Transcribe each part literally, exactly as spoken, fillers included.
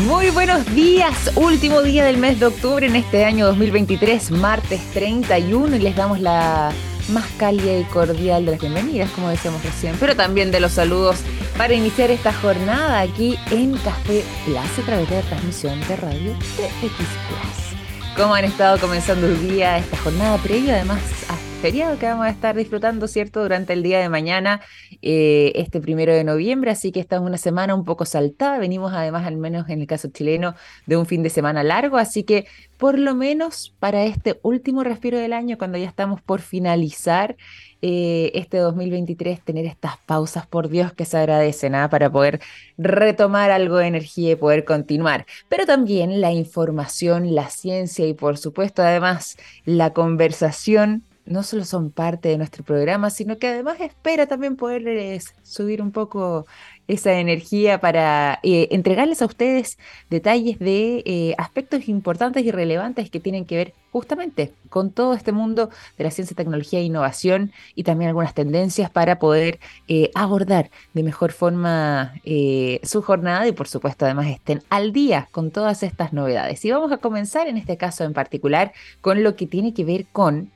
Muy buenos días, último día del mes de octubre en este año dos mil veintitrés, martes treinta y uno, y les damos la más cálida y cordial de las bienvenidas, como decíamos recién, pero también de los saludos para iniciar esta jornada aquí en Café Plaza a través de la transmisión de radio de X Plus. ¿Cómo han estado comenzando el día, esta jornada previa, además a feriado que vamos a estar disfrutando, ¿cierto?, durante el día de mañana, eh, este primero de noviembre, así que esta es una semana un poco saltada, venimos además, al menos en el caso chileno, de un fin de semana largo, así que por lo menos para este último respiro del año, cuando ya estamos por finalizar eh, este dos mil veintitrés, tener estas pausas, por Dios, que se agradecen, ¿ah? Para poder retomar algo de energía y poder continuar, pero también la información, la ciencia y por supuesto además la conversación no solo son parte de nuestro programa, sino que además espera también poder eh, subir un poco esa energía para eh, entregarles a ustedes detalles de eh, aspectos importantes y relevantes que tienen que ver justamente con todo este mundo de la ciencia, tecnología e innovación, y también algunas tendencias para poder eh, abordar de mejor forma eh, su jornada y por supuesto además estén al día con todas estas novedades. Y vamos a comenzar en este caso en particular con lo que tiene que ver con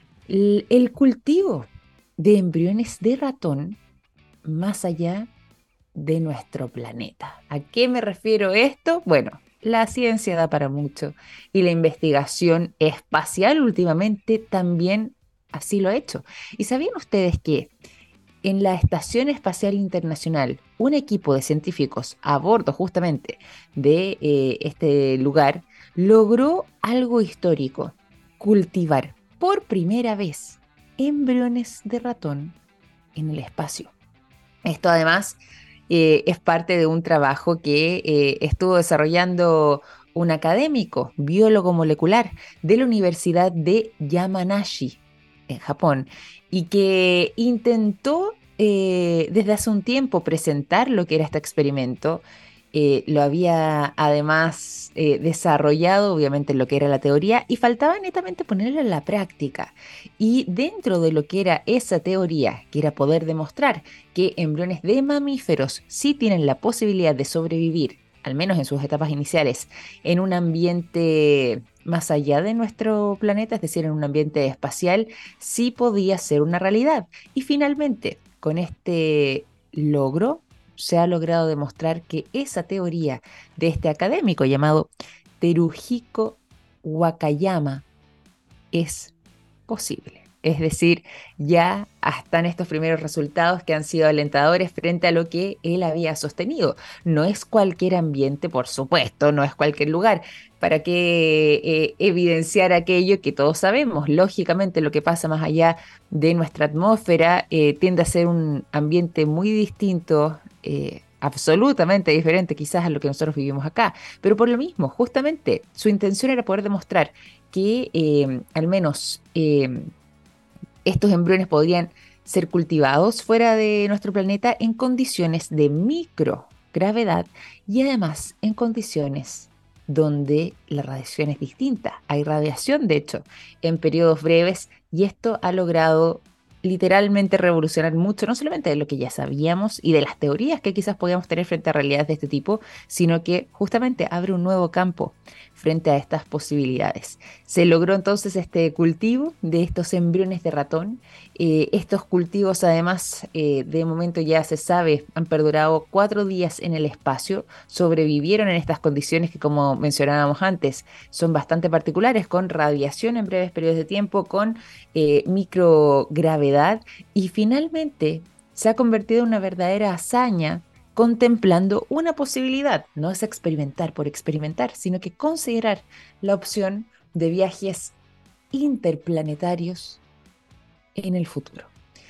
el el cultivo de embriones de ratón más allá de nuestro planeta. ¿A qué me refiero esto? Bueno, la ciencia da para mucho y la investigación espacial últimamente también así lo ha hecho. ¿Y sabían ustedes que en la Estación Espacial Internacional un equipo de científicos a bordo justamente de eh, este lugar logró algo histórico: cultivar por primera vez embriones de ratón en el espacio? Esto además eh, es parte de un trabajo que eh, estuvo desarrollando un académico, biólogo molecular de la Universidad de Yamanashi, en Japón, y que intentó eh, desde hace un tiempo presentar lo que era este experimento. Eh, lo había además eh, desarrollado, obviamente, en lo que era la teoría, y faltaba netamente ponerlo en la práctica. Y dentro de lo que era esa teoría, que era poder demostrar que embriones de mamíferos sí tienen la posibilidad de sobrevivir, al menos en sus etapas iniciales, en un ambiente más allá de nuestro planeta, es decir, en un ambiente espacial, sí podía ser una realidad. Y finalmente, con este logro, se ha logrado demostrar que esa teoría de este académico llamado Teruhiko Wakayama es posible. Es decir, ya están estos primeros resultados que han sido alentadores frente a lo que él había sostenido. No es cualquier ambiente, por supuesto, no es cualquier lugar. ¿Para qué eh, evidenciar aquello que todos sabemos? Lógicamente, lo que pasa más allá de nuestra atmósfera eh, tiende a ser un ambiente muy distinto, eh, absolutamente diferente quizás a lo que nosotros vivimos acá. Pero por lo mismo, justamente, su intención era poder demostrar que eh, al menos eh, estos embriones podrían ser cultivados fuera de nuestro planeta en condiciones de microgravedad y además en condiciones donde la radiación es distinta. Hay radiación, de hecho, en periodos breves, y esto ha logrado literalmente revolucionar mucho, no solamente de lo que ya sabíamos y de las teorías que quizás podíamos tener frente a realidades de este tipo, sino que justamente abre un nuevo campo frente a estas posibilidades. Se logró entonces este cultivo de estos embriones de ratón. Eh, estos cultivos además, eh, de momento ya se sabe, han perdurado cuatro días en el espacio, sobrevivieron en estas condiciones que, como mencionábamos antes, son bastante particulares, con radiación en breves periodos de tiempo, con eh, microgravedad, y finalmente se ha convertido en una verdadera hazaña, contemplando una posibilidad. No es experimentar por experimentar, sino que considerar la opción de viajes interplanetarios en el futuro.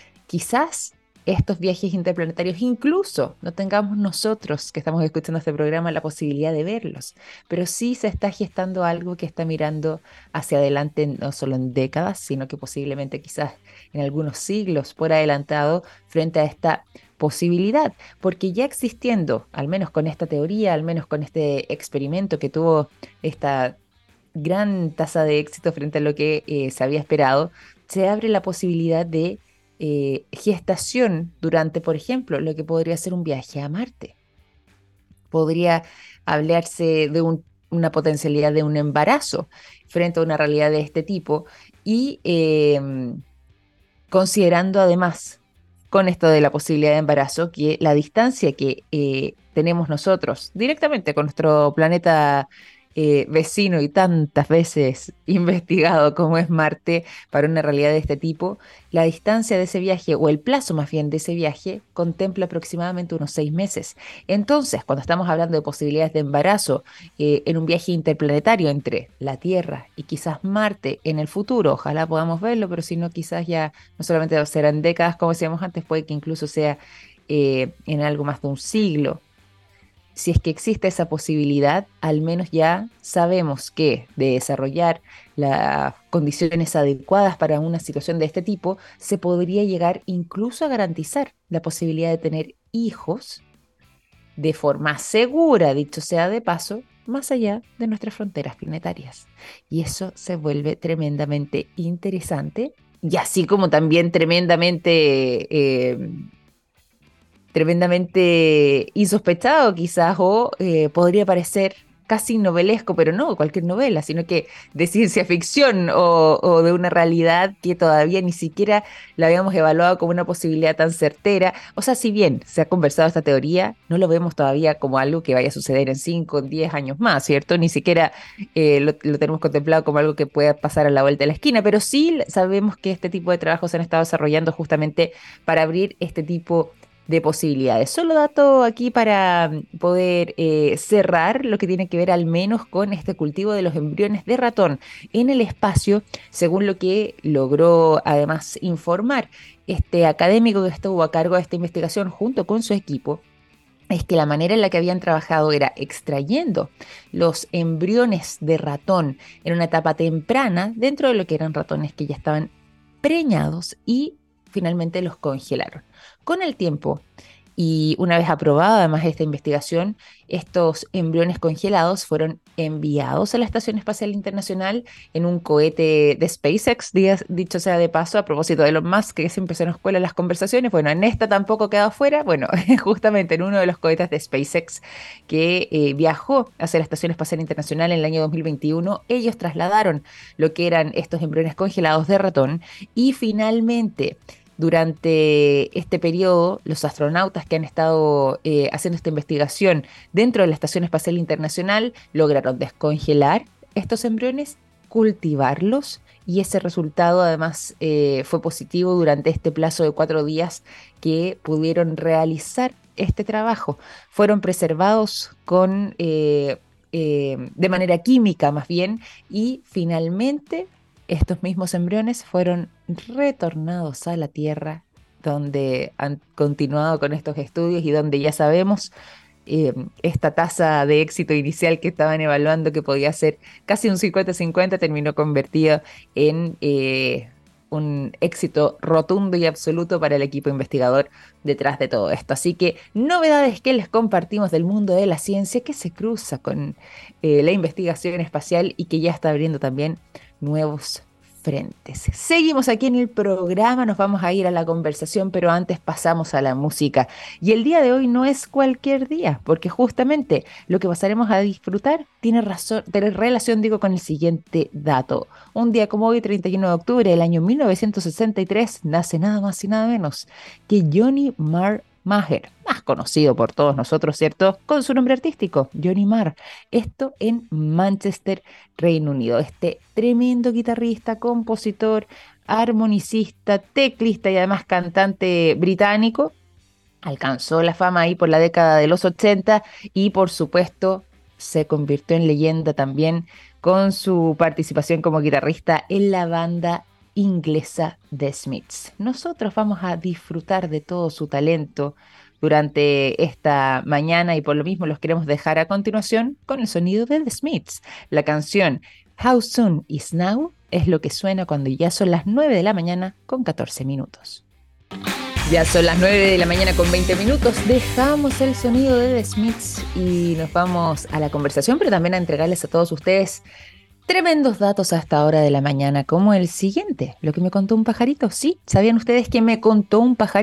Quizás estos viajes interplanetarios incluso no tengamos nosotros, que estamos escuchando este programa, la posibilidad de verlos, pero sí se está gestando algo que está mirando hacia adelante, no solo en décadas, sino que posiblemente quizás en algunos siglos por adelantado, frente a esta posibilidad, porque ya existiendo, al menos con esta teoría, al menos con este experimento que tuvo esta gran tasa de éxito frente a lo que eh, se había esperado, se abre la posibilidad de eh, gestación durante, por ejemplo, lo que podría ser un viaje a Marte. podría hablarse de un- una potencialidad de un embarazo frente a una realidad de este tipo y em, considerando además con esto de la posibilidad de embarazo que la distancia que eh, tenemos nosotros directamente con nuestro planeta eh, vecino y tantas veces investigado como es Marte para una realidad de este tipo, la distancia de ese viaje o el plazo más bien de ese viaje contempla aproximadamente unos seis meses. Entonces, cuando estamos hablando de posibilidades de embarazo eh, en un viaje interplanetario entre la Tierra y quizás Marte en el futuro, ojalá podamos verlo, pero si no, quizás ya no solamente serán décadas, como decíamos antes, puede que incluso sea eh, en algo más de un siglo. Si es que existe esa posibilidad, al menos ya sabemos que de desarrollar las condiciones adecuadas para una situación de este tipo, se podría llegar incluso a garantizar la posibilidad de tener hijos de forma segura, dicho sea de paso, más allá de nuestras fronteras planetarias. Y eso se vuelve tremendamente interesante y así como también tremendamente, eh, tremendamente insospechado quizás, o eh, podría parecer casi novelesco, pero no cualquier novela, sino que de ciencia ficción o, o de una realidad que todavía ni siquiera la habíamos evaluado como una posibilidad tan certera. O sea, si bien se ha conversado esta teoría, no lo vemos todavía como algo que vaya a suceder en cinco o diez años más, ¿cierto? Ni siquiera eh, lo, lo tenemos contemplado como algo que pueda pasar a la vuelta de la esquina, pero sí sabemos que este tipo de trabajos se han estado desarrollando justamente para abrir este tipo de posibilidades. Solo dato aquí para mm, poder eh, cerrar lo que tiene que ver al menos con este cultivo de los embriones de ratón en el espacio, según lo que logró además informar este académico que estuvo a cargo de esta investigación junto con su equipo. Es que la manera en la que habían trabajado era extrayendo los embriones de ratón en una etapa temprana dentro de lo que eran ratones que ya estaban preñados y finalmente los congelaron. Con el tiempo y una vez aprobada además esta investigación, estos embriones congelados fueron enviados a la Estación Espacial Internacional en un cohete de SpaceX, digas- dicho sea de paso, a propósito de Elon Musk, que siempre se nos cuela en las conversaciones. Bueno, en esta tampoco quedó fuera. Bueno, justamente en uno de los cohetes de SpaceX que eh, viajó hacia la Estación Espacial Internacional en el año dos mil veintiuno, ellos trasladaron lo que eran estos embriones congelados de ratón y finalmente durante este periodo, los astronautas que han estado eh, haciendo esta investigación dentro de la Estación Espacial Internacional lograron descongelar estos embriones, cultivarlos y ese resultado además eh, fue positivo durante este plazo de cuatro días que pudieron realizar este trabajo. Fueron preservados con, eh, eh, de manera química más bien y finalmente estos mismos embriones fueron retornados a la Tierra, donde han continuado con estos estudios y donde ya sabemos eh, esta tasa de éxito inicial que estaban evaluando, que podía ser casi un cincuenta-cincuenta, terminó convertido en eh, un éxito rotundo y absoluto para el equipo investigador detrás de todo esto. Así que novedades que les compartimos del mundo de la ciencia que se cruza con eh, la investigación espacial y que ya está abriendo también nuevos frentes. Seguimos aquí en el programa, nos vamos a ir a la conversación, pero antes pasamos a la música. Y el día de hoy no es cualquier día, porque justamente lo que pasaremos a disfrutar tiene razón, tiene relación, digo, con el siguiente dato. Un día como hoy, treinta y uno de octubre del año mil novecientos sesenta y tres, nace nada más y nada menos que Johnny Marr Maher, más conocido por todos nosotros, ¿cierto? Con su nombre artístico, Johnny Marr. Esto en Manchester, Reino Unido. Este tremendo guitarrista, compositor, armonicista, teclista y además cantante británico. Alcanzó la fama ahí por la década de los ochenta y por supuesto se convirtió en leyenda también con su participación como guitarrista en la banda inglesa The Smiths. Nosotros vamos a disfrutar de todo su talento durante esta mañana y por lo mismo los queremos dejar a continuación con el sonido de The Smiths. La canción How Soon Is Now es lo que suena cuando ya son las nueve de la mañana con catorce minutos. Ya son las nueve de la mañana con veinte minutos, dejamos el sonido de The Smiths y nos vamos a la conversación, pero también a entregarles a todos ustedes tremendos datos a esta hora de la mañana, como el siguiente, lo que me contó un pajarito. Sí, ¿sabían ustedes que me contó un pajarito?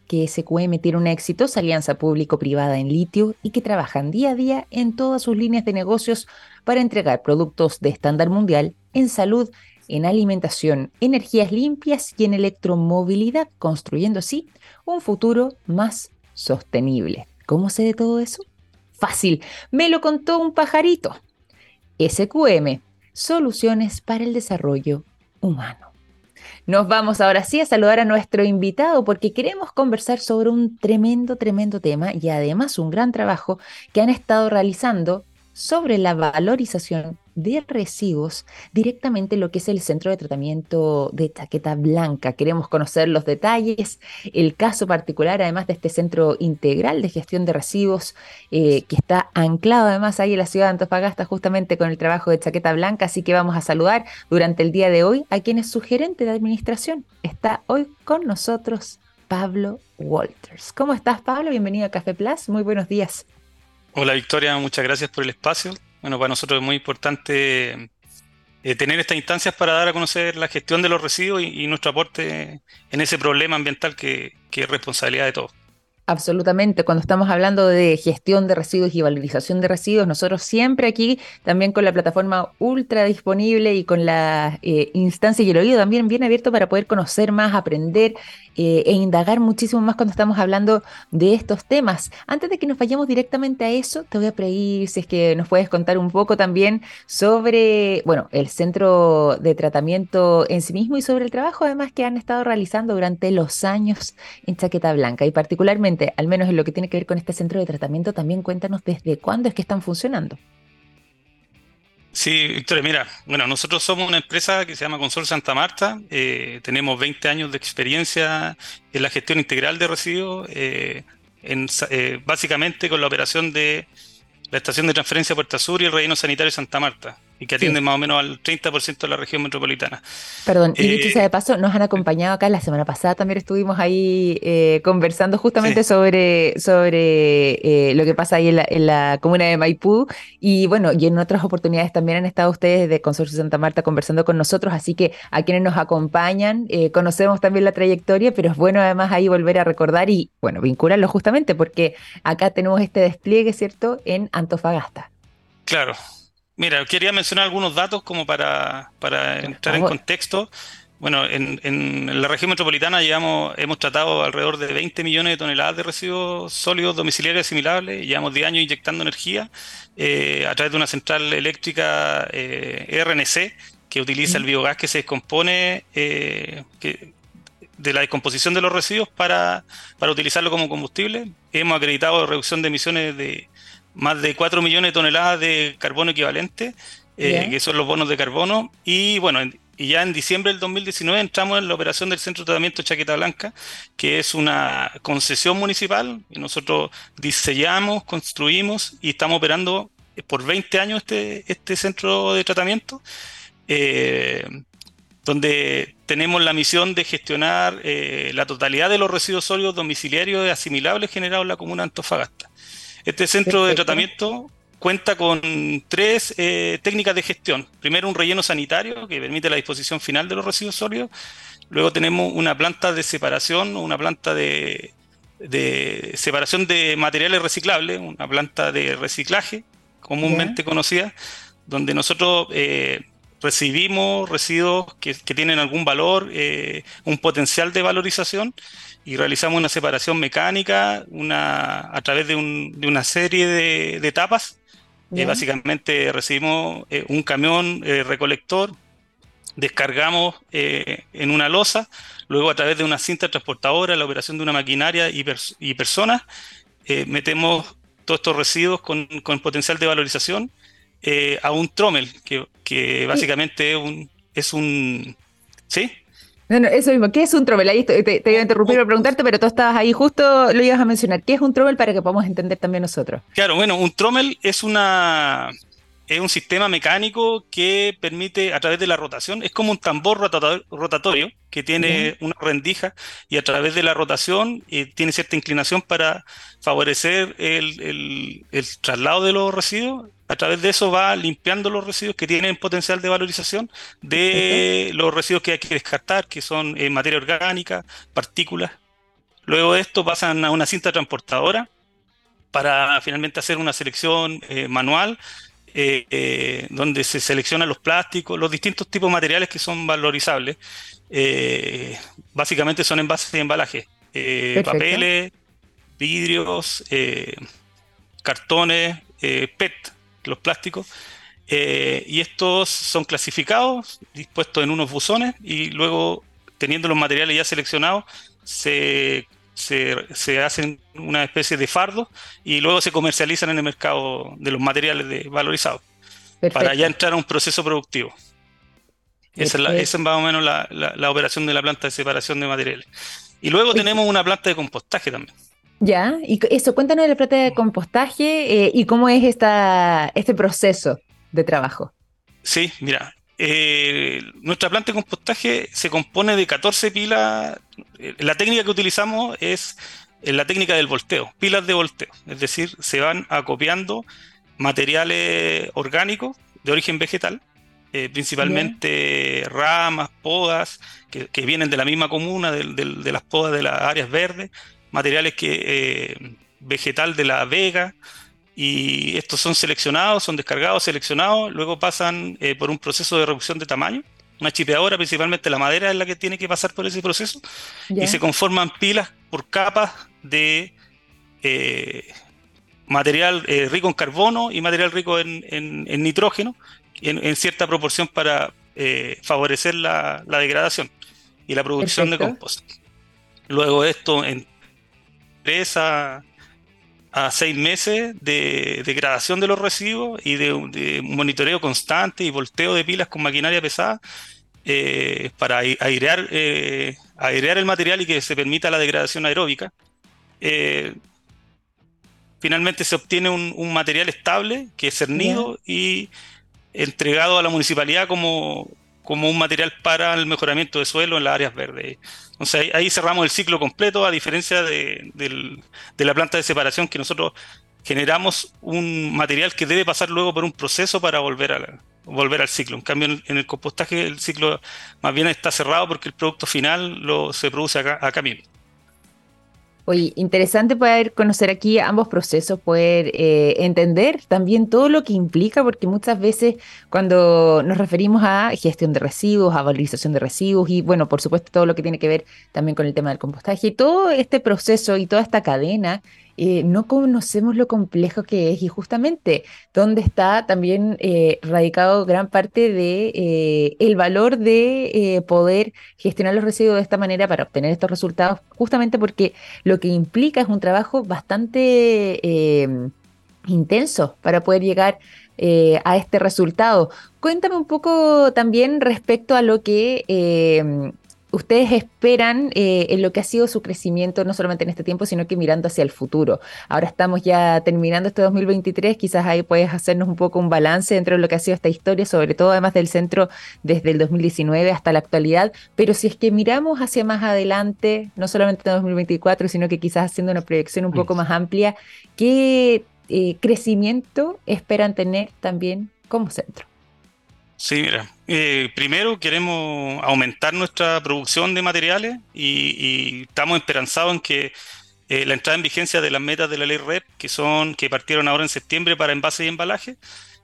que S Q M tiene una exitosa alianza público-privada en litio y que trabajan día a día en todas sus líneas de negocios para entregar productos de estándar mundial en salud, en alimentación, energías limpias y en electromovilidad, construyendo así un futuro más sostenible. ¿Cómo sé de todo eso? Fácil, me lo contó un pajarito. S Q M, soluciones para el desarrollo humano. Nos vamos ahora sí a saludar a nuestro invitado porque queremos conversar sobre un tremendo, tremendo tema y además un gran trabajo que han estado realizando sobre la valorización de residuos directamente en lo que es el centro de tratamiento de Chaqueta Blanca. Queremos conocer los detalles, el caso particular además de este centro integral de gestión de residuos eh, que está anclado además ahí en la ciudad de Antofagasta justamente con el trabajo de Chaqueta Blanca. Así que vamos a saludar durante el día de hoy a quien es su gerente de administración. Está hoy con nosotros Pablo Walters. ¿Cómo estás, Pablo? Bienvenido a Café Plus. Muy buenos días. Hola Victoria, muchas gracias por el espacio. Bueno, para nosotros es muy importante eh, tener estas instancias para dar a conocer la gestión de los residuos y, y nuestro aporte en ese problema ambiental que, que es responsabilidad de todos. Absolutamente, cuando estamos hablando de gestión de residuos y valorización de residuos, nosotros siempre aquí, también con la plataforma ultra disponible y con la eh, instancia y el oído también bien abierto para poder conocer más, aprender eh, e indagar muchísimo más cuando estamos hablando de estos temas. Antes de que nos vayamos directamente a eso, te voy a pedir si es que nos puedes contar un poco también sobre, bueno, el centro de tratamiento en sí mismo y sobre el trabajo además que han estado realizando durante los años en Chaqueta Blanca y particularmente, al menos en lo que tiene que ver con este centro de tratamiento, también cuéntanos desde cuándo es que están funcionando. Sí, Victoria, mira, bueno, nosotros somos una empresa que se llama Consorcio Santa Marta, eh, tenemos veinte años de experiencia en la gestión integral de residuos, eh, en sa- eh, básicamente con la operación de la estación de transferencia Puerta Sur y el relleno sanitario Santa Marta, y que Sí. atienden más o menos al treinta por ciento de la región metropolitana. Perdón, y dicho sea Eh, de paso, nos han acompañado acá la semana pasada, también estuvimos ahí eh, conversando sí, justamente sobre, sobre eh, lo que pasa ahí en la, en la comuna de Maipú y bueno, y en otras oportunidades también han estado ustedes de Consorcio Santa Marta conversando con nosotros, así que a quienes nos acompañan eh, conocemos también la trayectoria, pero es bueno además ahí volver a recordar y bueno, vincularlo justamente porque acá tenemos este despliegue, ¿cierto?, en Antofagasta. claro. Mira, quería mencionar algunos datos como para, para Por entrar en favor. contexto. Bueno, en, en la región metropolitana llevamos, hemos tratado alrededor de veinte millones de toneladas de residuos sólidos domiciliarios asimilables y llevamos diez años inyectando energía eh, a través de una central eléctrica eh, R N C que utiliza el ¿Mm? biogás que se descompone eh, que- de la descomposición de los residuos para, para utilizarlo como combustible. Hemos acreditado reducción de emisiones de más de cuatro millones de toneladas de carbono equivalente, eh, ¿Ya? que son los bonos de carbono. Y bueno, en- y ya en diciembre del dos mil diecinueve entramos en la operación del Centro de Tratamiento Chaqueta Blanca, que es una concesión municipal, y nosotros diseñamos, construimos y estamos operando por veinte años este, este centro de tratamiento. eh, Donde tenemos la misión de gestionar eh, la totalidad de los residuos sólidos domiciliarios y asimilables generados en la comuna de Antofagasta. Este centro de Perfecto. tratamiento cuenta con tres eh, técnicas de gestión. Primero, un relleno sanitario que permite la disposición final de los residuos sólidos. Luego tenemos una planta de separación, una planta de, de separación de materiales reciclables, una planta de reciclaje ¿Ya? comúnmente conocida, donde nosotros eh, recibimos residuos que, que tienen algún valor, eh, un potencial de valorización, y realizamos una separación mecánica una, a través de, un, de una serie de, de etapas. Eh, ¿Ya? básicamente recibimos eh, un camión eh, recolector, descargamos eh, en una losa, luego a través de una cinta transportadora, la operación de una maquinaria y, pers y personas, eh, metemos todos estos residuos con, con potencial de valorización eh, a un trommel, que, que Y, básicamente es un, es un, ¿sí? no, no, eso mismo, ¿qué es un trobel? Ahí te, te- te iba a Un- interrumpir un- para preguntarte, pero tú estabas ahí, justo lo ibas a mencionar. ¿Qué es un trobel para que podamos entender también nosotros? claro, bueno, un trommel es una, es un sistema mecánico que permite, a través de la rotación, es como un tambor rotata- rotatorio que ¿Ya? tiene una rendija y a través de la rotación eh, tiene cierta inclinación para favorecer el, el- el traslado de los residuos. A través de eso va limpiando los residuos que tienen potencial de valorización Perfecto. de los residuos que hay que descartar, que son eh, materia orgánica, partículas. Luego de esto pasan a una cinta transportadora para finalmente hacer una selección eh, manual, eh, eh, donde se seleccionan los plásticos, los distintos tipos de materiales que son valorizables. Eh, Básicamente son envases y embalajes, eh, Perfecto. papeles, vidrios, eh, cartones, eh, P E T, los plásticos. Eh, y estos son clasificados, dispuestos en unos buzones y luego, teniendo los materiales ya seleccionados, se, se, se hacen una especie de fardos y luego se comercializan en el mercado de los materiales de- valorizados para ya Perfecto. entrar a un proceso productivo. Esa es, la- esa es Perfecto. más o menos la, la- la operación de la planta de separación de materiales. Y luego Oye, tenemos una planta de compostaje también. ya, y cu- eso, cuéntanos de la plata de compostaje eh, y cómo es esta, este proceso de trabajo. Sí, mira, eh, nuestra planta de compostaje se compone de catorce pilas. Eh, La técnica que utilizamos es eh, la técnica del volteo, pilas de volteo. Es decir, se van acopiando materiales orgánicos de origen vegetal, eh, Ya, principalmente ramas, podas, que, que vienen de la misma comuna, del- del- de las podas de las áreas verdes, materiales que, eh, vegetal de la vega, y estos son seleccionados, son descargados, seleccionados, luego pasan eh, por un proceso de reducción de tamaño, una chipeadora, principalmente la madera es la que tiene que pasar por ese proceso, y se ya, conforman pilas por capas de eh, material eh, rico en carbono y material rico en, en- en nitrógeno, en, en cierta proporción para eh, favorecer la, la degradación y la producción de perfecto. compost. Luego de esto, en tres a a seis meses de degradación de los residuos y de, de monitoreo constante y volteo de pilas con maquinaria pesada, eh, para airear, eh, airear el material y que se permita la degradación aeróbica. Eh, Finalmente se obtiene un, un material estable que es Ya. cernido y entregado a la municipalidad como, como un material para el mejoramiento de suelo en las áreas verdes. Entonces ahí, ahí cerramos el ciclo completo, a diferencia de, del- de la planta de separación, que nosotros generamos un material que debe pasar luego por un proceso para volver, a la- volver al ciclo. En cambio, en, en el compostaje el ciclo más bien está cerrado porque el producto final lo, se produce acá, acá mismo. Oye, interesante poder conocer aquí ambos procesos, poder eh, entender también todo lo que implica, porque muchas veces cuando nos referimos a gestión de residuos, a valorización de residuos y bueno, por supuesto todo lo que tiene que ver también con el tema del compostaje, todo este proceso y toda esta cadena, eh, no conocemos lo complejo que es y justamente donde está también eh, radicado gran parte de eh, el valor de eh, poder gestionar los residuos de esta manera para obtener estos resultados, justamente porque lo que implica es un trabajo bastante eh, intenso para poder llegar eh, a este resultado. Cuéntame un poco también respecto a lo que eh, ustedes esperan eh, en lo que ha sido su crecimiento, no solamente en este tiempo, sino que mirando hacia el futuro. Ahora estamos ya terminando este dos mil veintitrés, quizás ahí puedes hacernos un poco un balance dentro de lo que ha sido esta historia, sobre todo además del centro desde el dos mil diecinueve hasta la actualidad, pero si es que miramos hacia más adelante, no solamente en dos mil veinticuatro, sino que quizás haciendo una proyección un Mm. poco más amplia, ¿qué eh, crecimiento esperan tener también como centro? Sí, mira, eh, primero queremos aumentar nuestra producción de materiales y, y estamos esperanzados en que eh, la entrada en vigencia de las metas de la ley R E P, que son, que partieron ahora en septiembre para envases y embalajes,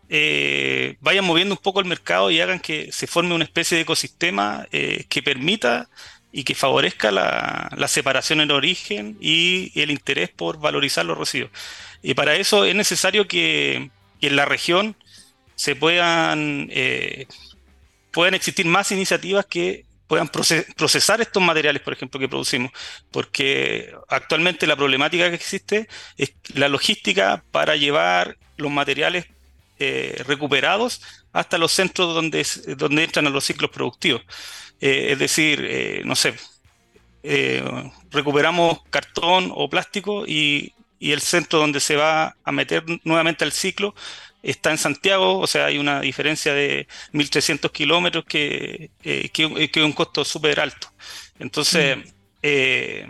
eh, vayan moviendo un poco el mercado y hagan que se forme una especie de ecosistema eh, que permita y que favorezca la, la separación en origen y el interés por valorizar los residuos. Y para eso es necesario que, que en la región se puedan, eh, puedan existir más iniciativas que puedan proce- procesar estos materiales, por ejemplo, que producimos, porque actualmente la problemática que existe es la logística para llevar los materiales eh, recuperados hasta los centros donde, es- donde entran a los ciclos productivos. Eh, es decir, eh, no sé, eh, recuperamos cartón o plástico y, y el centro donde se va a meter nuevamente al ciclo está en Santiago, o sea, hay una diferencia de mil trescientos kilómetros que, eh, que, que es un costo súper alto. Entonces, Mm. eh,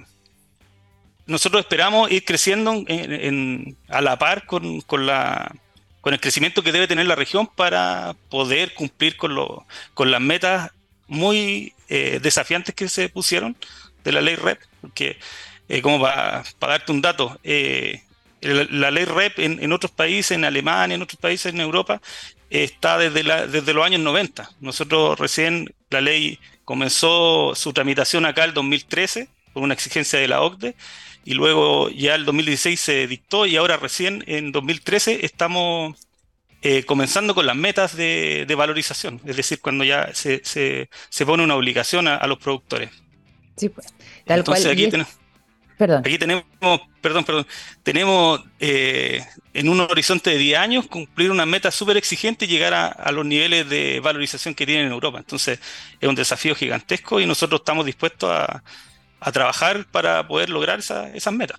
nosotros esperamos ir creciendo en, en- a la par con, con la, con el crecimiento que debe tener la región para poder cumplir con, lo, con las metas muy eh, desafiantes que se pusieron de la ley R E P, porque eh, como para darte un dato, eh, el- la ley R E P en, en otros países, en Alemania, en otros países en Europa, eh, está desde, la- desde los años noventa. Nosotros recién, la ley comenzó su tramitación acá el dos mil trece por una exigencia de la O C D E, y luego ya el dos mil dieciséis se dictó, y ahora recién en dos mil trece estamos eh, comenzando con las metas de, de valorización, es decir, cuando ya se, se- se pone una obligación a, a los productores. Sí, pues, tal cual. Entonces Y aquí, es, ten- perdón. aquí tenemos, perdón, perdón, tenemos eh, en un horizonte de diez años cumplir una meta súper exigente y llegar a, a los niveles de valorización que tienen en Europa. Entonces es un desafío gigantesco y nosotros estamos dispuestos a, a trabajar para poder lograr esa- esas metas.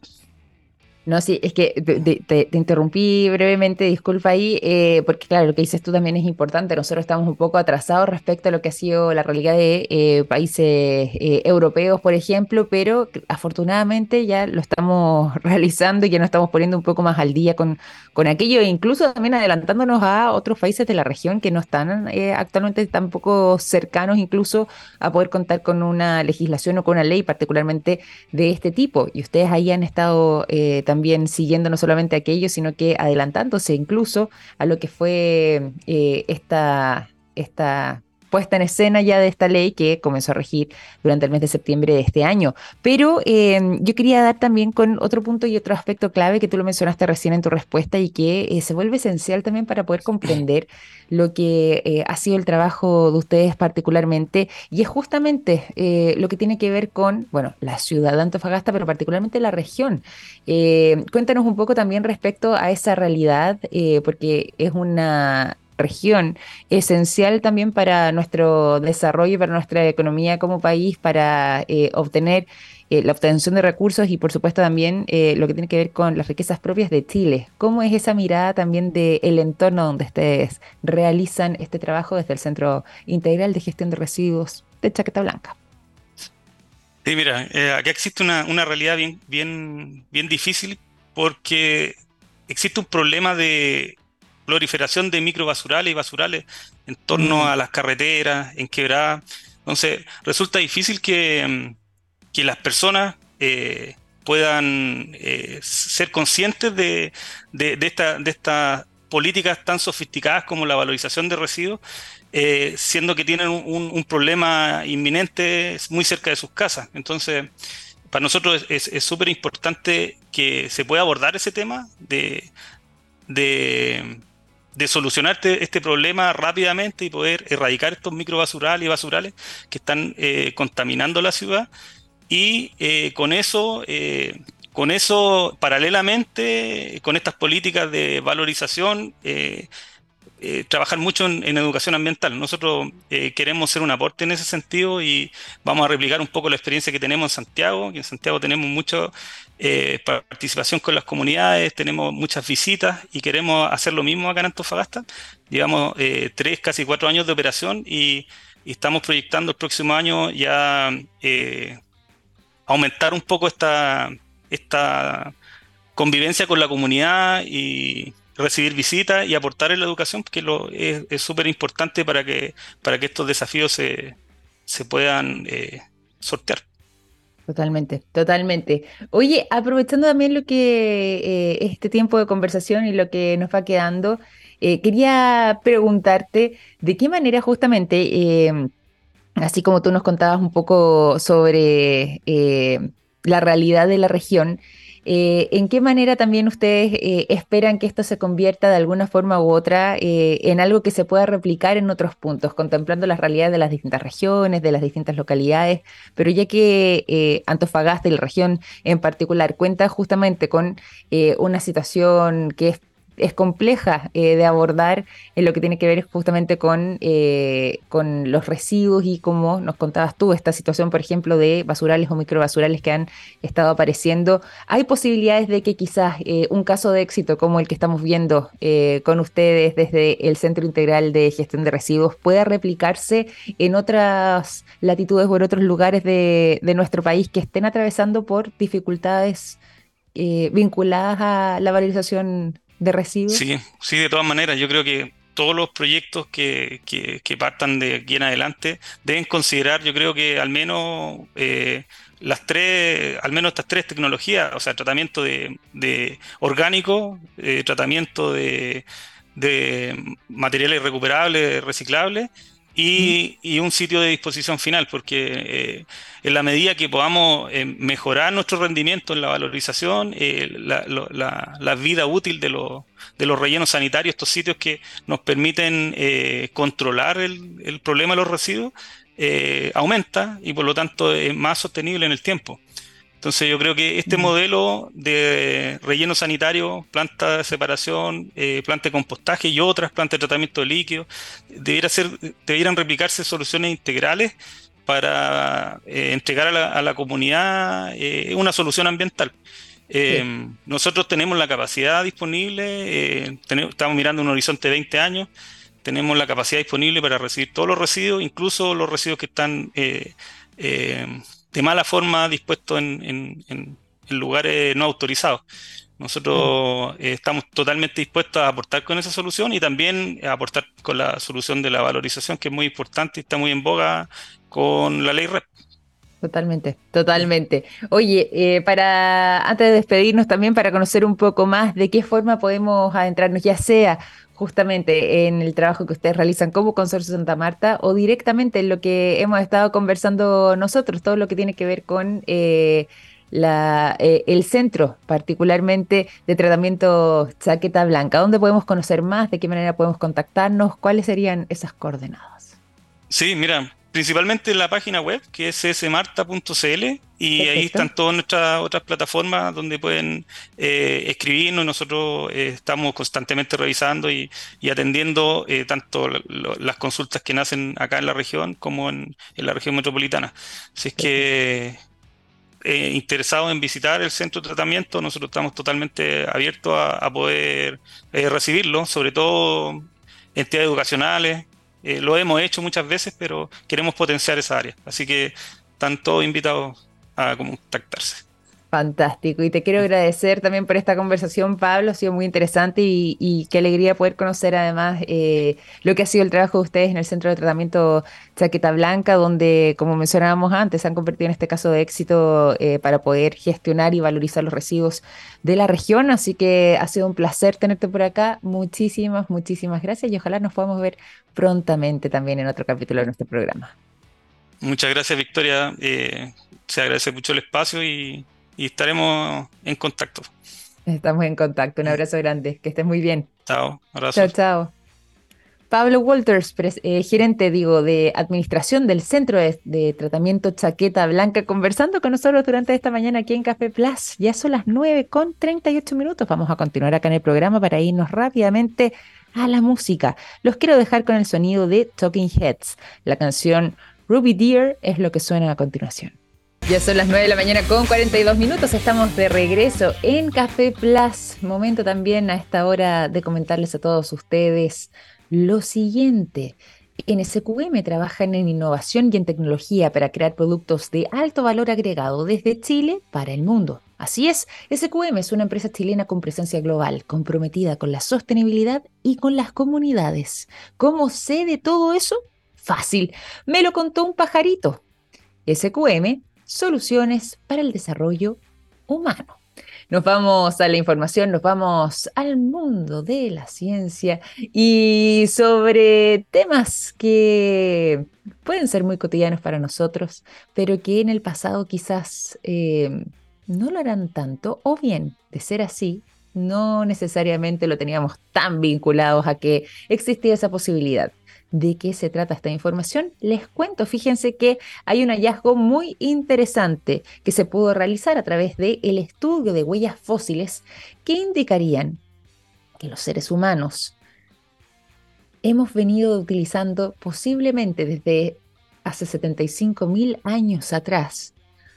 No, sí, es que te, te- te- te interrumpí brevemente, disculpa ahí, eh, porque claro, lo que dices tú también es importante. Nosotros estamos un poco atrasados respecto a lo que ha sido la realidad de eh, países eh, europeos, por ejemplo, pero que afortunadamente ya lo estamos realizando y ya nos estamos poniendo un poco más al día con, con aquello, e incluso también adelantándonos a otros países de la región que no están eh, actualmente tampoco cercanos incluso a poder contar con una legislación o con una ley, particularmente de este tipo. Y ustedes ahí han estado eh, también siguiendo no solamente aquello, sino que adelantándose incluso a lo que fue eh, esta, esta puesta en escena ya de esta ley que comenzó a regir durante el mes de septiembre de este año. Pero eh, yo quería dar también con otro punto y otro aspecto clave que tú lo mencionaste recién en tu respuesta y que eh, se vuelve esencial también para poder comprender lo que eh, ha sido el trabajo de ustedes particularmente y es justamente eh, lo que tiene que ver con, bueno, la ciudad de Antofagasta, pero particularmente la región. Eh, cuéntanos un poco también respecto a esa realidad, eh, porque es una región esencial también para nuestro desarrollo, para nuestra economía como país, para eh, obtener eh, la obtención de recursos y por supuesto también eh, lo que tiene que ver con las riquezas propias de Chile. ¿Cómo es esa mirada también del entorno donde ustedes realizan este trabajo desde el Centro Integral de Gestión de Residuos de Chaqueta Blanca? Sí, mira, eh, acá existe una, una realidad bien, bien, bien difícil porque existe un problema de proliferación de microbasurales y basurales en torno Mm, a las carreteras, en quebradas. Entonces, resulta difícil que, mm, que las personas eh, puedan eh, ser conscientes de, de, de esta- de estas políticas tan sofisticadas como la valorización de residuos, eh, siendo que tienen un, un- un problema inminente muy cerca de sus casas. Entonces, para nosotros es es súper importante que se pueda abordar ese tema de, de, de solucionar este, este problema rápidamente y poder erradicar estos microbasurales y basurales que están eh, contaminando la ciudad y eh, con eso, eh, con eso, paralelamente, con estas políticas de valorización, eh, eh, trabajar mucho en, en educación ambiental. Nosotros eh, queremos hacer un aporte en ese sentido y vamos a replicar un poco la experiencia que tenemos en Santiago, que en Santiago tenemos mucha participación con las comunidades, tenemos muchas visitas y queremos hacer lo mismo acá en Antofagasta. Llevamos eh, tres, casi cuatro años de operación y, y estamos proyectando el próximo año ya eh, aumentar un poco esta, esta convivencia con la comunidad y recibir visitas y aportar en la educación, porque lo, es es súper importante para que, para que estos desafíos se, se puedan eh, sortear. totalmente, totalmente. Oye, aprovechando también lo que eh, este tiempo de conversación y lo que nos va quedando, eh, quería preguntarte de qué manera justamente em, así como tú nos contabas un poco sobre eh, la realidad de la región, eh, ¿en qué manera también ustedes eh, esperan que esto se convierta de alguna forma u otra eh, en algo que se pueda replicar en otros puntos, contemplando las realidades de las distintas regiones, de las distintas localidades? Pero ya que eh, Antofagasta y la región en particular cuenta justamente con eh, una situación que es es compleja eh, de abordar en lo que tiene que ver justamente con, eh, con los residuos y como nos contabas tú, esta situación, por ejemplo, de basurales o microbasurales que han estado apareciendo. ¿Hay posibilidades de que quizás eh, un caso de éxito como el que estamos viendo eh, con ustedes desde el Centro Integral de Gestión de Residuos pueda replicarse en otras latitudes o en otros lugares de, de nuestro país que estén atravesando por dificultades eh, vinculadas a la valorización de residuos? Sí, sí, de todas maneras, yo creo que todos los proyectos que, que, que partan de aquí en adelante deben considerar, yo creo que al menos eh, las tres, al menos estas tres tecnologías, o sea, tratamiento de, de orgánico, eh, tratamiento de, de materiales recuperables, reciclables, ¿Mm? y, y un sitio de disposición final, porque eh, en la medida que podamos eh, mejorar nuestro rendimiento en la valorización, eh, la, lo- la- la vida útil de los, de los rellenos sanitarios, estos sitios que nos permiten eh, controlar el, el problema de los residuos, eh, aumenta y por lo tanto es más sostenible en el tiempo. Entonces yo creo que este Mm. modelo de relleno sanitario, planta de separación, eh, planta de compostaje y otras plantas de tratamiento de líquidos, debiera ser, debieran replicarse soluciones integrales para eh, entregar a la, a la comunidad eh, una solución ambiental. Sí. Eh, nosotros tenemos la capacidad disponible, eh, tenemos- estamos mirando un horizonte de veinte años, tenemos la capacidad disponible para recibir todos los residuos, incluso los residuos que están eh, eh, de mala forma dispuestos en, en- en- en lugares no autorizados. Mm. Nosotros eh, estamos totalmente dispuestos a aportar con esa solución y también a aportar con la solución de la valorización, que es muy importante y está muy en boga con la ley R E P. Totalmente, totalmente. Oye, eh, para antes de despedirnos también para conocer un poco más de qué forma podemos adentrarnos, ya sea justamente en el trabajo que ustedes realizan como Consorcio Santa Marta o directamente en lo que hemos estado conversando nosotros, todo lo que tiene que ver con eh, la, eh, el centro, particularmente de tratamiento Chaqueta Blanca. ¿Dónde podemos conocer más? ¿De qué manera podemos contactarnos? ¿Cuáles serían esas coordenadas? Sí, mira, principalmente en la página web que es c s marta punto c l y ahí Perfecto. están todas nuestras otras plataformas donde pueden eh, escribirnos y nosotros eh, estamos constantemente revisando y, y atendiendo eh, tanto lo- lo- las consultas que nacen acá en la región como en, en la región metropolitana. Si es Perfecto. que eh, interesados en visitar el centro de tratamiento, nosotros estamos totalmente abiertos a, a poder eh, recibirlo, sobre todo entidades educacionales. Eh, lo hemos hecho muchas veces, pero queremos potenciar esa área. Así que están todos invitados a contactarse. Fantástico. Y te quiero agradecer también por esta conversación, Pablo. Ha sido muy interesante y, y qué alegría poder conocer además eh, lo que ha sido el trabajo de ustedes en el Centro de Tratamiento Chaqueta Blanca, donde, como mencionábamos antes, se han convertido en este caso de éxito eh, para poder gestionar y valorizar los residuos de la región. Así que ha sido un placer tenerte por acá. Muchísimas, muchísimas gracias y ojalá nos podamos ver prontamente también en otro capítulo de nuestro programa. Muchas gracias, Victoria. Eh, se agradece mucho el espacio y, y estaremos en contacto. Estamos en contacto. Un abrazo grande. Que estés muy bien. Chao, Chao, abrazos. chao. Pablo Walters, pres- eh, gerente, digo, de administración del Centro de, de Tratamiento Chaqueta Blanca, conversando con nosotros durante esta mañana aquí en Café Plus. Ya son las nueve con treinta y ocho minutos. Vamos a continuar acá en el programa para irnos rápidamente a la música. Los quiero dejar con el sonido de Talking Heads. La canción Ruby Deer es lo que suena a continuación. Ya son las nueve de la mañana con cuarenta y dos minutos. Estamos de regreso en Café Plus. Momento también a esta hora de comentarles a todos ustedes lo siguiente. En S Q M trabajan en innovación y en tecnología para crear productos de alto valor agregado desde Chile para el mundo. Así es, S Q M es una empresa chilena con presencia global, comprometida con la sostenibilidad y con las comunidades. ¿Cómo sé de todo eso? Fácil, me lo contó un pajarito. S Q M, soluciones para el desarrollo humano. Nos vamos a la información, nos vamos al mundo de la ciencia y sobre temas que pueden ser muy cotidianos para nosotros, pero que en el pasado quizás eh, no lo harán tanto, o bien, de ser así, no necesariamente lo teníamos tan vinculados a que existía esa posibilidad. ¿De qué se trata esta información? Les cuento, fíjense que hay un hallazgo muy interesante que se pudo realizar a través del estudio de huellas fósiles que indicarían que los seres humanos hemos venido utilizando posiblemente desde hace setenta y cinco mil años atrás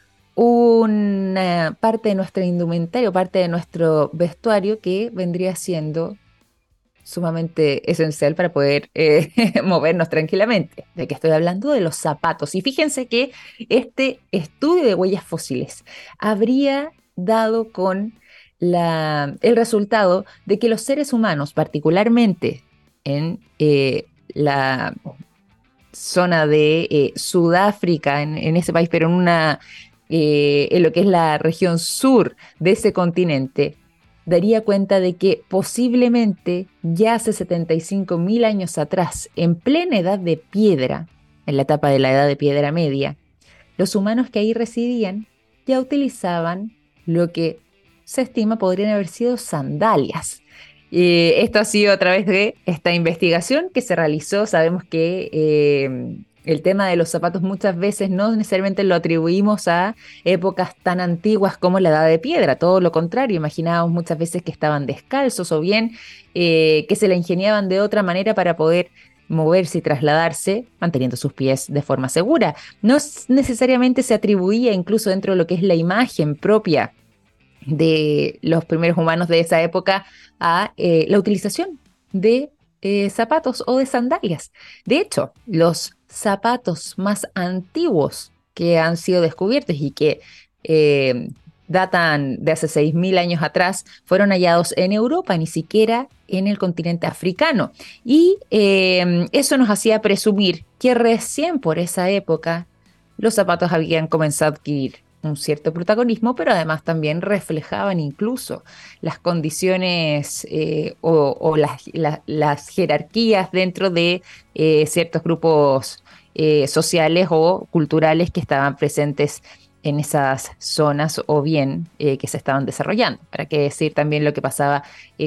una parte de nuestra indumentaria, parte de nuestro vestuario que vendría siendo sumamente esencial para poder eh, movernos tranquilamente. ¿De qué estoy hablando? De los zapatos. Y fíjense que este estudio de huellas fósiles habría dado con la, el resultado de que los seres humanos, particularmente en eh, la zona de eh, Sudáfrica, en, en ese país, pero en una eh, en lo que es la región sur de ese continente, daría cuenta de que posiblemente ya hace setenta y cinco mil años atrás, en plena edad de piedra, en la etapa de la edad de piedra media, los humanos que ahí residían ya utilizaban lo que se estima podrían haber sido sandalias. Eh, esto ha sido a través de esta investigación que se realizó. Sabemos que eh, el tema de los zapatos muchas veces no necesariamente lo atribuimos a épocas tan antiguas como la Edad de Piedra, todo lo contrario, imaginábamos muchas veces que estaban descalzos o bien eh, que se la ingeniaban de otra manera para poder moverse y trasladarse manteniendo sus pies de forma segura. No necesariamente se atribuía incluso dentro de lo que es la imagen propia de los primeros humanos de esa época a eh, la utilización de eh, zapatos o de sandalias. De hecho, los zapatos más antiguos que han sido descubiertos y que eh, datan de hace seis mil años atrás fueron hallados en Europa, ni siquiera en el continente africano. Y eh, eso nos hacía presumir que recién por esa época los zapatos habían comenzado a adquirir un cierto protagonismo, pero además también reflejaban incluso las condiciones eh, o, o las, la, las jerarquías dentro de eh, ciertos grupos eh, sociales o culturales que estaban presentes en esas zonas o bien eh, que se estaban desarrollando. Para qué decir también lo que pasaba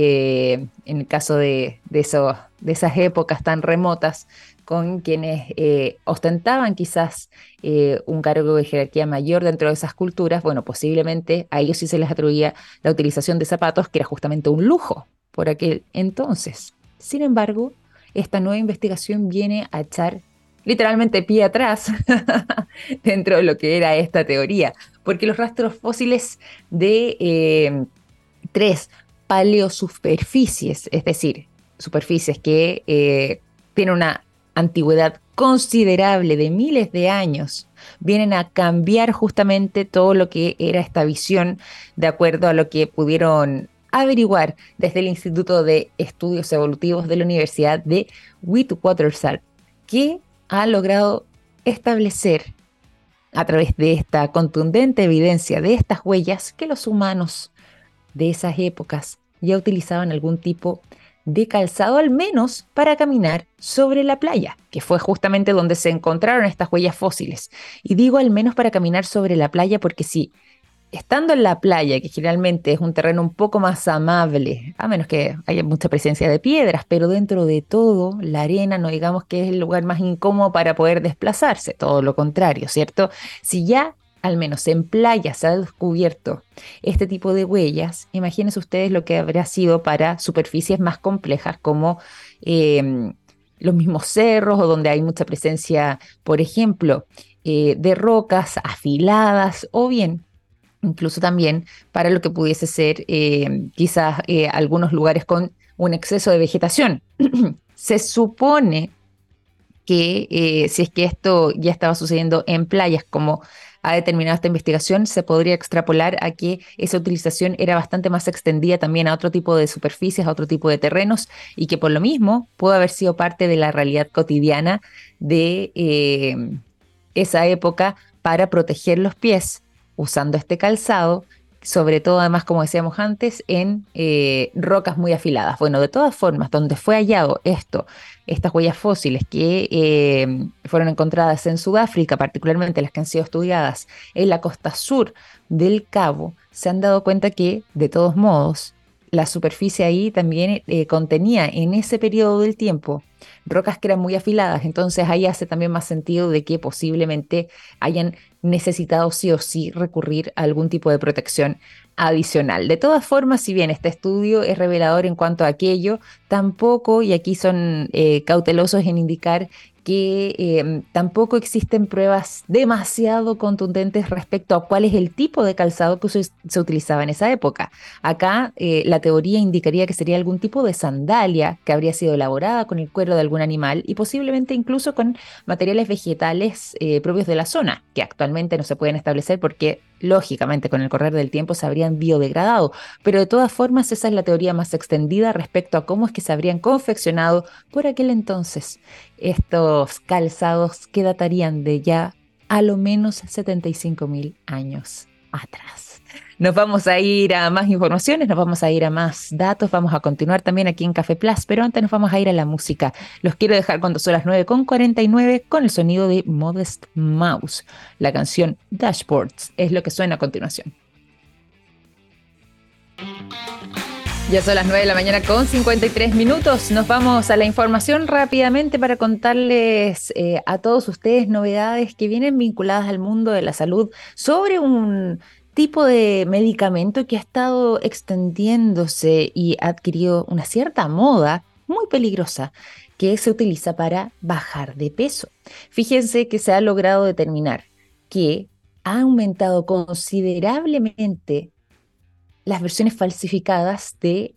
eh, en el caso de, de, eso, de esas épocas tan remotas con quienes eh, ostentaban quizás eh, un cargo de jerarquía mayor dentro de esas culturas. Bueno, posiblemente a ellos sí se les atribuía la utilización de zapatos, que era justamente un lujo por aquel entonces. Sin embargo, esta nueva investigación viene a echar literalmente pie atrás dentro de lo que era esta teoría, porque los rastros fósiles de eh, tres paleosuperficies, es decir, superficies que eh, tienen una antigüedad considerable de miles de años, vienen a cambiar justamente todo lo que era esta visión de acuerdo a lo que pudieron averiguar desde el Instituto de Estudios Evolutivos de la Universidad de Witwatersrand, que ha logrado establecer a través de esta contundente evidencia de estas huellas que los humanos de esas épocas ya utilizaban algún tipo de calzado, al menos para caminar sobre la playa, que fue justamente donde se encontraron estas huellas fósiles. Y digo al menos para caminar sobre la playa porque sí, estando en la playa, que generalmente es un terreno un poco más amable, a menos que haya mucha presencia de piedras, pero dentro de todo, la arena no digamos que es el lugar más incómodo para poder desplazarse, todo lo contrario, ¿cierto? Si ya al menos en playa se ha descubierto este tipo de huellas, imagínense ustedes lo que habrá sido para superficies más complejas como eh, los mismos cerros o donde hay mucha presencia, por ejemplo, eh, de rocas afiladas o bien incluso también para lo que pudiese ser eh, quizás eh, algunos lugares con un exceso de vegetación. Se supone que eh, si es que esto ya estaba sucediendo en playas como ha determinado esta investigación, se podría extrapolar a que esa utilización era bastante más extendida también a otro tipo de superficies, a otro tipo de terrenos, y que por lo mismo pudo haber sido parte de la realidad cotidiana de eh, esa época para proteger los pies usando este calzado, sobre todo además, como decíamos antes, en eh, rocas muy afiladas. Bueno, de todas formas, donde fue hallado esto, estas huellas fósiles que eh, fueron encontradas en Sudáfrica, particularmente las que han sido estudiadas en la costa sur del Cabo, se han dado cuenta que, de todos modos, la superficie ahí también eh, contenía en ese periodo del tiempo rocas que eran muy afiladas. Entonces ahí hace también más sentido de que posiblemente hayan necesitado sí o sí recurrir a algún tipo de protección adicional. De todas formas, si bien este estudio es revelador en cuanto a aquello, tampoco, y aquí son eh, cautelosos en indicar que eh, tampoco existen pruebas demasiado contundentes respecto a cuál es el tipo de calzado que se, se utilizaba en esa época. Acá eh, la teoría indicaría que sería algún tipo de sandalia que habría sido elaborada con el cuero de algún animal y posiblemente incluso con materiales vegetales eh, propios de la zona, que actualmente no se pueden establecer porque lógicamente con el correr del tiempo se habrían biodegradado, pero de todas formas esa es la teoría más extendida respecto a cómo es que se habrían confeccionado por aquel entonces estos calzados que datarían de ya a lo menos setenta y cinco mil años atrás. Nos vamos a ir a más informaciones, nos vamos a ir a más datos, vamos a continuar también aquí en Café Plus, pero antes nos vamos a ir a la música. Los quiero dejar cuando son las nueve con cuarenta y nueve con el sonido de Modest Mouse. La canción Dashboards es lo que suena a continuación. Ya son las nueve de la mañana con cincuenta y tres minutos. Nos vamos a la información rápidamente para contarles eh, a todos ustedes novedades que vienen vinculadas al mundo de la salud sobre un tipo de medicamento que ha estado extendiéndose y ha adquirido una cierta moda muy peligrosa que se utiliza para bajar de peso. Fíjense que se ha logrado determinar que ha aumentado considerablemente las versiones falsificadas de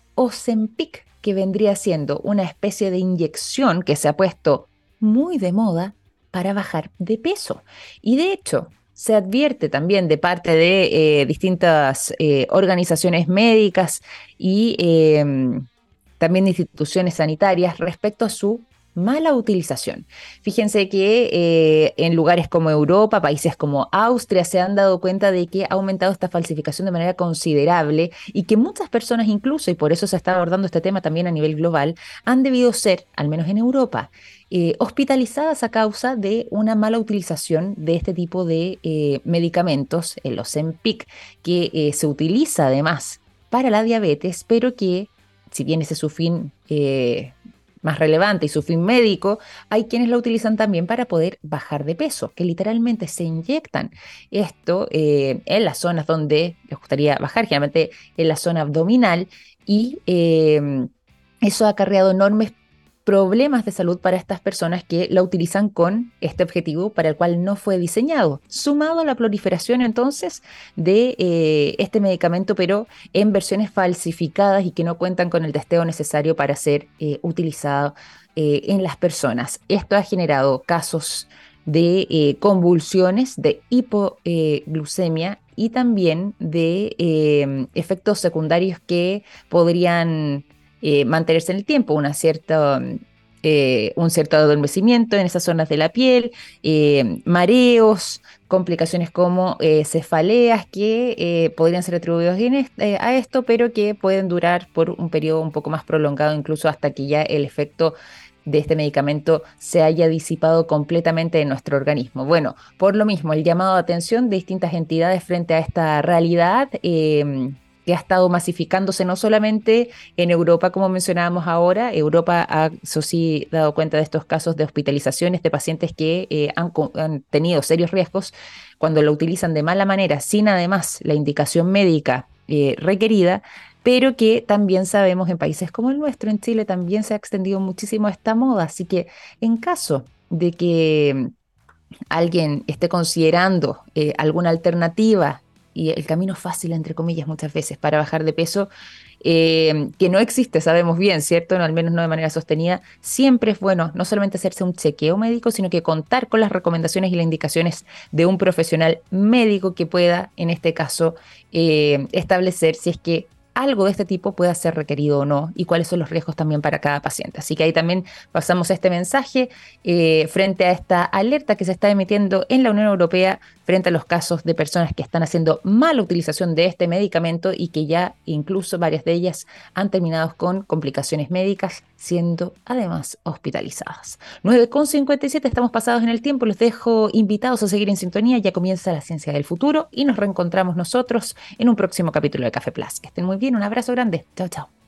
Ozempic, que vendría siendo una especie de inyección que se ha puesto muy de moda para bajar de peso. Y de hecho, se advierte también de parte de eh, distintas eh, organizaciones médicas y eh, también de instituciones sanitarias respecto a su mala utilización. Fíjense que eh, en lugares como Europa, países como Austria, se han dado cuenta de que ha aumentado esta falsificación de manera considerable y que muchas personas incluso, y por eso se está abordando este tema también a nivel global, han debido ser, al menos en Europa, eh, hospitalizadas a causa de una mala utilización de este tipo de eh, medicamentos, el Ozempic, que eh, se utiliza además para la diabetes, pero que, si bien ese es su fin eh, más relevante y su fin médico, hay quienes lo utilizan también para poder bajar de peso, que literalmente se inyectan esto eh, en las zonas donde les gustaría bajar, generalmente en la zona abdominal, y eh, eso ha acarreado enormes problemas de salud para estas personas que la utilizan con este objetivo para el cual no fue diseñado, sumado a la proliferación entonces de eh, este medicamento, pero en versiones falsificadas y que no cuentan con el testeo necesario para ser eh, utilizado eh, en las personas. Esto ha generado casos de eh, convulsiones, de hipoglucemia y también de eh, efectos secundarios que podrían Eh, mantenerse en el tiempo, una cierta, eh, un cierto adormecimiento en esas zonas de la piel, eh, mareos, complicaciones como eh, cefaleas que eh, podrían ser atribuidos eh, a esto, pero que pueden durar por un periodo un poco más prolongado, incluso hasta que ya el efecto de este medicamento se haya disipado completamente en nuestro organismo. Bueno, por lo mismo, el llamado de atención de distintas entidades frente a esta realidad eh, que ha estado masificándose no solamente en Europa, como mencionábamos ahora. Europa ha, eso sí, dado cuenta de estos casos de hospitalizaciones de pacientes que eh, han, han tenido serios riesgos cuando lo utilizan de mala manera, sin además la indicación médica eh, requerida, pero que también sabemos en países como el nuestro, en Chile, también se ha extendido muchísimo esta moda. Así que en caso de que alguien esté considerando eh, alguna alternativa y el camino fácil, entre comillas, muchas veces, para bajar de peso, eh, que no existe, sabemos bien, ¿cierto? No, al menos no de manera sostenida, siempre es bueno no solamente hacerse un chequeo médico, sino que contar con las recomendaciones y las indicaciones de un profesional médico que pueda, en este caso, eh, establecer si es que algo de este tipo pueda ser requerido o no y cuáles son los riesgos también para cada paciente. Así que ahí también pasamos este mensaje eh, frente a esta alerta que se está emitiendo en la Unión Europea frente a los casos de personas que están haciendo mala utilización de este medicamento y que ya incluso varias de ellas han terminado con complicaciones médicas, siendo además hospitalizadas. nueve con cincuenta y siete, estamos pasados en el tiempo, los dejo invitados a seguir en sintonía, ya comienza la ciencia del futuro y nos reencontramos nosotros en un próximo capítulo de Café Plus. Que estén muy bien, un abrazo grande, chao chao.